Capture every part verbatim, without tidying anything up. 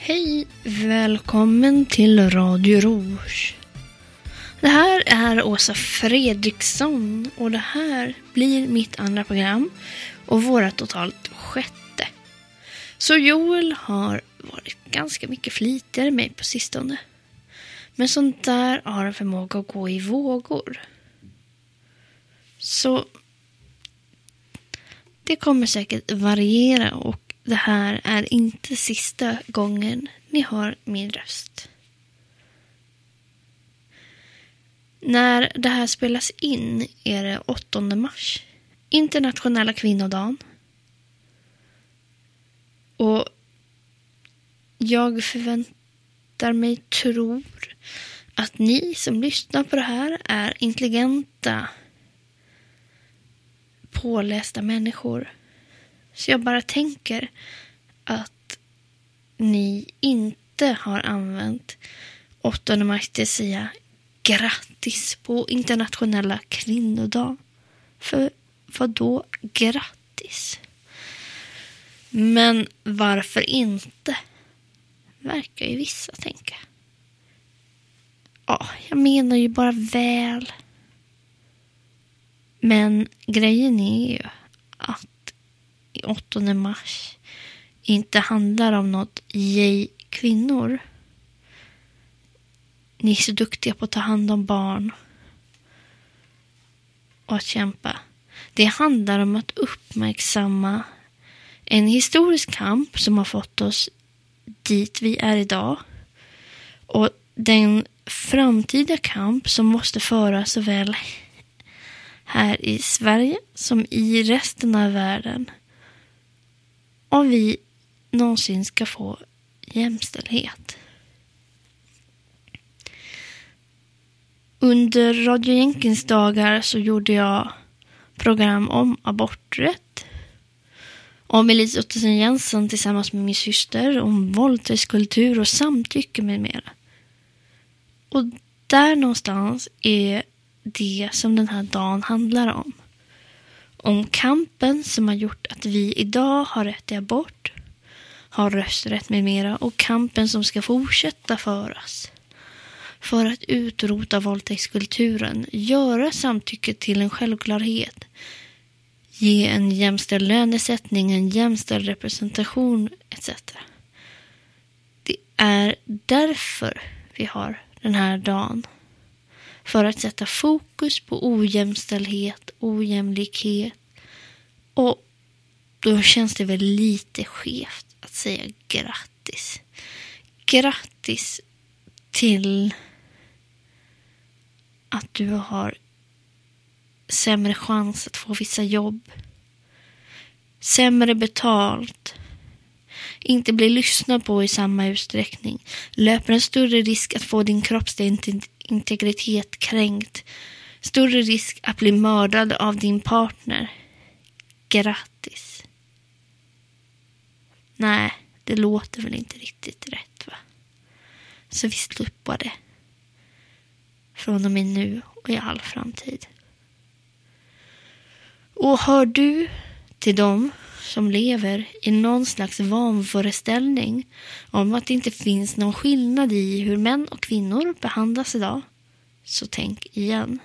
Hej, välkommen till Radio Rouge. Det här är Åsa Fredriksson och det här blir mitt andra program och våra totalt sjätte. Så Joel har varit ganska mycket flitigare med mig på sistone. Men sånt där har en förmåga att gå i vågor. Så det kommer säkert variera och det här är inte sista gången ni hör min röst. När det här spelas in är det åttonde mars, internationella kvinnodagen. Och jag förväntar mig, tror att ni som lyssnar på det här är intelligenta, pålästa människor. Så jag bara tänker att ni inte har använt åttonde mars till att säga grattis på internationella kvinnodag. För vad då grattis? Men varför inte? Verkar ju vissa tänka. Ja, jag menar ju bara väl. Men grejen är ju att åttonde mars inte handlar om något yay kvinnor. Ni är så duktiga på att ta hand om barn och att kämpa. Det handlar om att uppmärksamma en historisk kamp som har fått oss dit vi är idag. Och den framtida kamp som måste föras såväl här i Sverige som i resten av världen. Om vi någonsin ska få jämställdhet. Under Radio Jenkins dagar så gjorde jag program om aborträtt. Om Elise Ottesen-Jensen tillsammans med min syster. Om våldtäktskultur och samtycke med mera. Och där någonstans är det som den här dagen handlar om. Om kampen som har gjort att vi idag har rätt till abort, har rösträtt med mera och kampen som ska fortsätta föras för att utrota våldtäktskulturen, göra samtycke till en självklarhet, ge en jämställd lönesättning, en jämställd representation et cetera. Det är därför vi har den här dagen. För att sätta fokus på ojämställdhet, ojämlikhet. Och då känns det väl lite skevt att säga grattis. Grattis till att du har sämre chans att få vissa jobb. Sämre betalt. Inte blir lyssnad på i samma utsträckning. Löper en större risk att få din kroppsintegritet kränkt. Större risk att bli mördad av din partner. Grattis. Nej, det låter väl inte riktigt rätt, va? Så vi slipper det. Från och med nu och i all framtid. Och hör du till dem som lever i någon slags vanföreställning om att det inte finns någon skillnad i hur män och kvinnor behandlas idag, så tänk igen.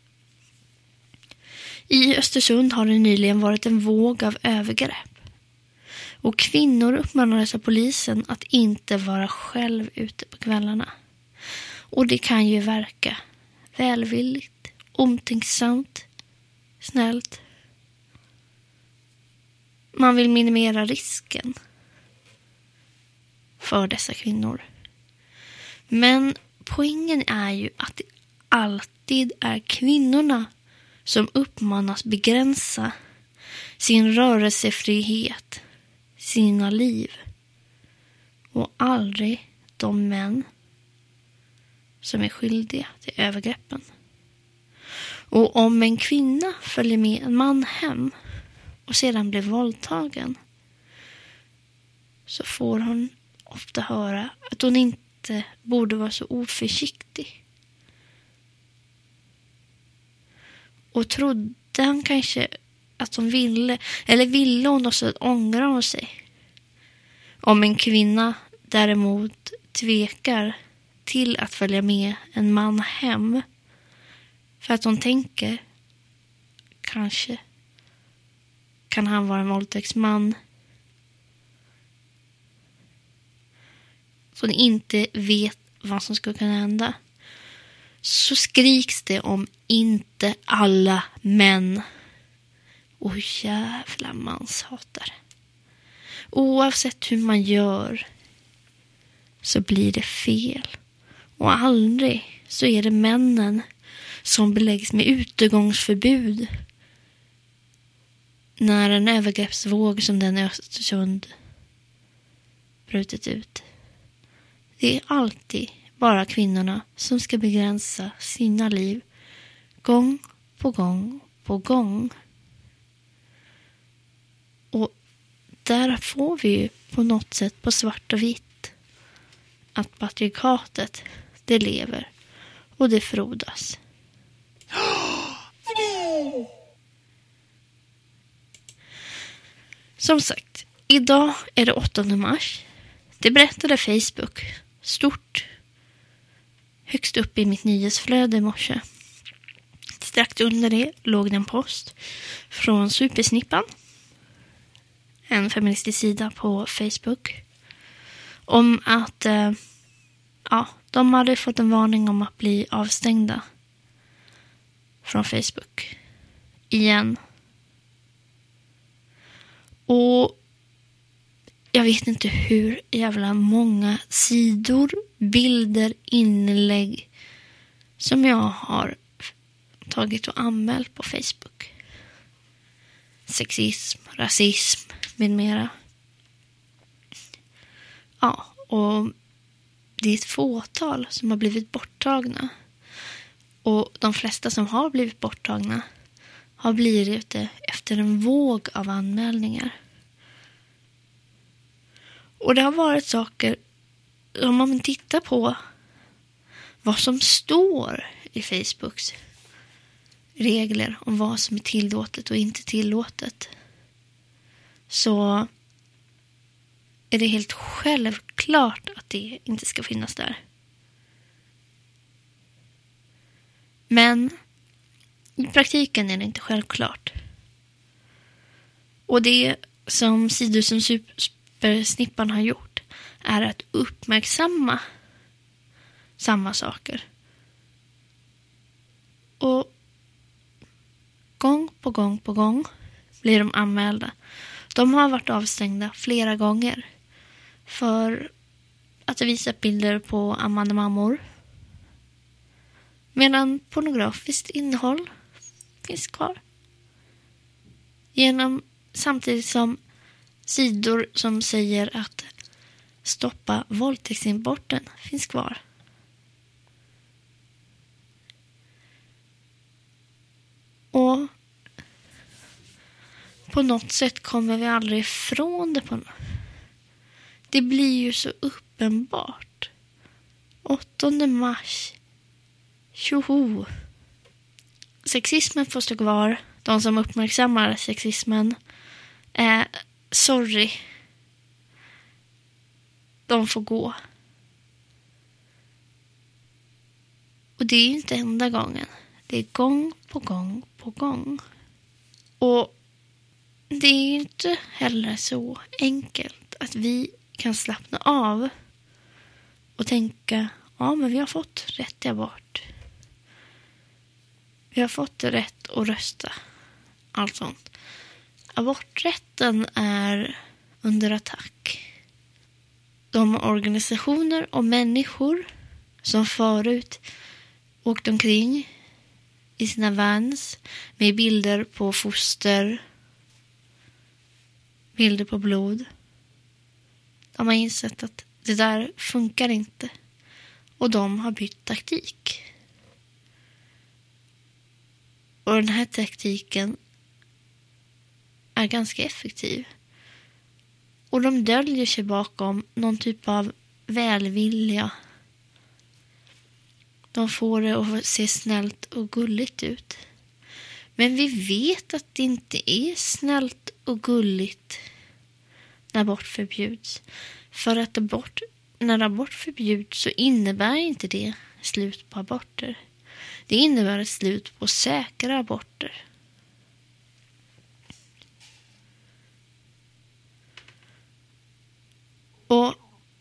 I Östersund har det nyligen varit en våg av övergrepp. Och kvinnor uppmanades av polisen att inte vara själv ute på kvällarna. Och det kan ju verka välvilligt, omtänksamt, snällt. Man vill minimera risken för dessa kvinnor. Men poängen är ju att det alltid är kvinnorna som uppmanas begränsa sin rörelsefrihet, sina liv. Och aldrig de män som är skyldiga till övergreppen. Och om en kvinna följer med en man hem och sedan blir våldtagen, så får hon ofta höra att hon inte borde vara så oförsiktig. Och trodde han kanske att hon ville, eller ville hon också ångra hon sig. Om en kvinna däremot tvekar till att följa med en man hem för att hon tänker kanske kan han vara en våldtäktsman så hon inte vet vad som skulle kunna hända, så skriks det om inte alla män. Och jävla manshatare. Oavsett hur man gör så blir det fel. Och aldrig så är det männen som beläggs med utegångsförbud när en övergreppsvåg som den i Östersund brutit ut. Det är alltid bara kvinnorna som ska begränsa sina liv gång på gång på gång. Och där får vi ju på något sätt på svart och vitt att patriarkatet, det lever och det frodas. Som sagt, idag är det åttonde mars. Det berättade Facebook stort högst upp i mitt nyhetsflöde i morse. Strax under det låg en post från Supersnippan, en feministisk sida på Facebook, om att eh, ja, de hade fått en varning om att bli avstängda från Facebook igen. Och jag vet inte hur jävla många sidor, bilder, inlägg som jag har tagit och anmält på Facebook. Sexism, rasism med mera. Ja, och det är ett fåtal som har blivit borttagna. Och de flesta som har blivit borttagna har blivit det efter en våg av anmälningar. Och det har varit saker, om man tittar på vad som står i Facebooks regler om vad som är tillåtet och inte tillåtet, så är det helt självklart att det inte ska finnas där. Men i praktiken är det inte självklart. Och det som sidor som Supersnippan har gjort är att uppmärksamma samma saker. Och gång på gång på gång blir de anmälda. De har varit avstängda flera gånger för att visa bilder på ammande mammor. Medan pornografiskt innehåll finns kvar. Genom, samtidigt som sidor som säger att stoppa våldtäktsimporten finns kvar. Och på något sätt kommer vi aldrig ifrån det. På något. Det blir ju så uppenbart. åttonde mars. Tjoho. Sexismen får stå kvar. De som uppmärksammar sexismen. Eh, sorry. De får gå. Och det är ju inte enda gången. Det är gång på gång på gång. Och det är ju inte heller så enkelt att vi kan slappna av och tänka, ja men vi har fått rätt till abort. Vi har fått rätt att rösta. Allt sånt. Aborträtten är under attack. De organisationer och människor som förut åkt omkring i sina vans med bilder på foster, bilder på blod. De har insett att det där funkar inte. Och de har bytt taktik. Och den här taktiken är ganska effektiv. Och de döljer sig bakom någon typ av välvilja. De får det att se snällt och gulligt ut. Men vi vet att det inte är snällt och gulligt när abort förbjuds. För att abort när abort förbjuds så innebär inte det slut på aborter. Det innebär ett slut på säkra aborter. Och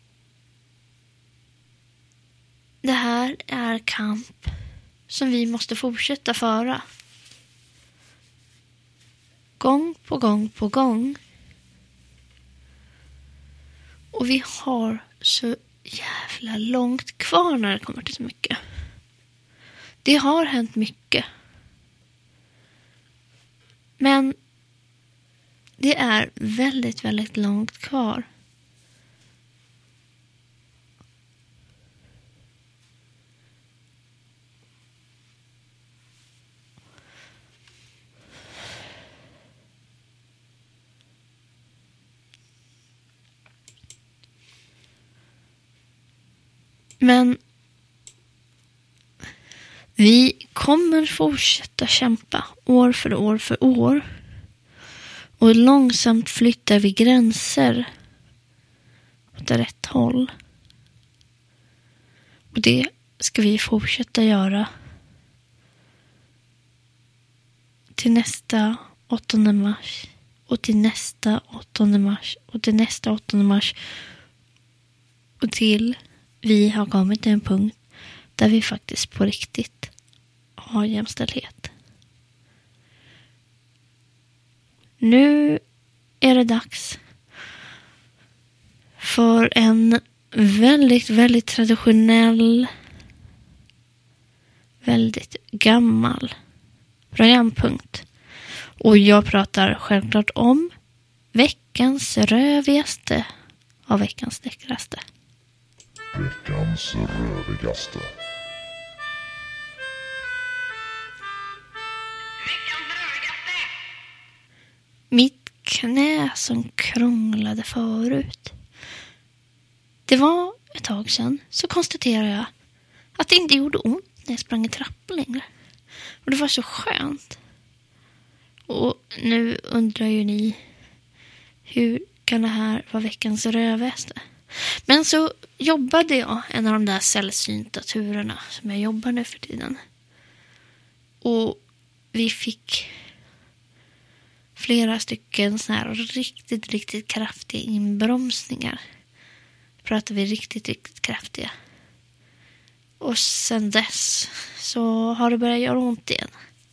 det här är kamp som vi måste fortsätta föra. Gång på gång på gång. Och vi har så jävla långt kvar när det kommer till så mycket. Det har hänt mycket. Men det är väldigt, väldigt långt kvar. Men vi kommer fortsätta kämpa år för år för år. Och långsamt flyttar vi gränser åt rätt håll. Och det ska vi fortsätta göra till nästa åttonde mars. Och till nästa åttonde mars. Och till nästa åttonde mars. Och till vi har kommit till en punkt där vi faktiskt på riktigt har jämställdhet. Nu är det dags för en väldigt, väldigt traditionell, väldigt gammal programpunkt. Och jag pratar självklart om veckans rövigaste av veckans däckraste. Veckans rövigaste. Mitt knä som krånglade förut. Det var ett tag sedan så konstaterade jag att det inte gjorde ont när jag sprang i trappor längre. Och det var så skönt. Och nu undrar ju ni, hur kan det här vara veckans rövigaste? Men så jobbade jag en av de där sällsynta turerna som jag jobbar nu för tiden. Och vi fick flera stycken så här riktigt, riktigt kraftiga inbromsningar. Pratar vi riktigt, riktigt kraftiga. Och sen dess så har det börjat göra ont igen.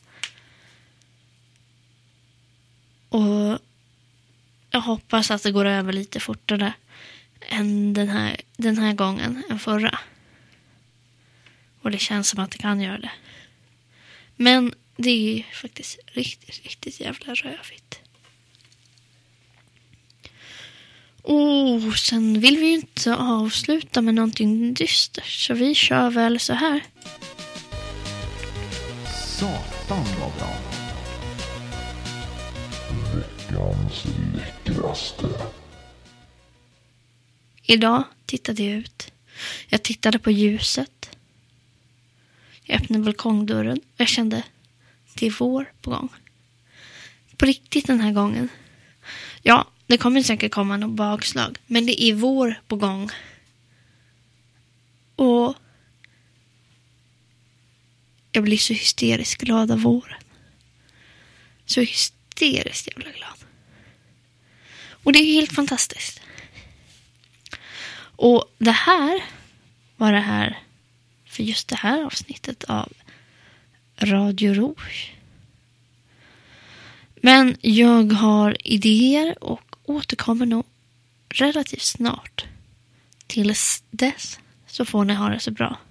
Och jag hoppas att det går över lite fortare än den här, den här gången än förra. Och det känns som att det kan göra det. Men det är ju faktiskt riktigt, riktigt jävla rövigt. Och sen vill vi ju inte avsluta med någonting dystert. Så vi kör väl så här. Satan vad bra. Veckans läckraste. Idag tittade jag ut. Jag tittade på ljuset. Jag öppnade balkongdörren och jag kände det är vår på gång. På riktigt den här gången. Ja, det kommer säkert komma någon bakslag. Men det är vår på gång. Och jag blir så hysteriskt glad av våren. Så hysteriskt jävla glad. Och det är helt fantastiskt. Och det här var det här för just det här avsnittet av Radio Rouge. Men jag har idéer och återkommer nog relativt snart. Tills dess så får ni ha det så bra.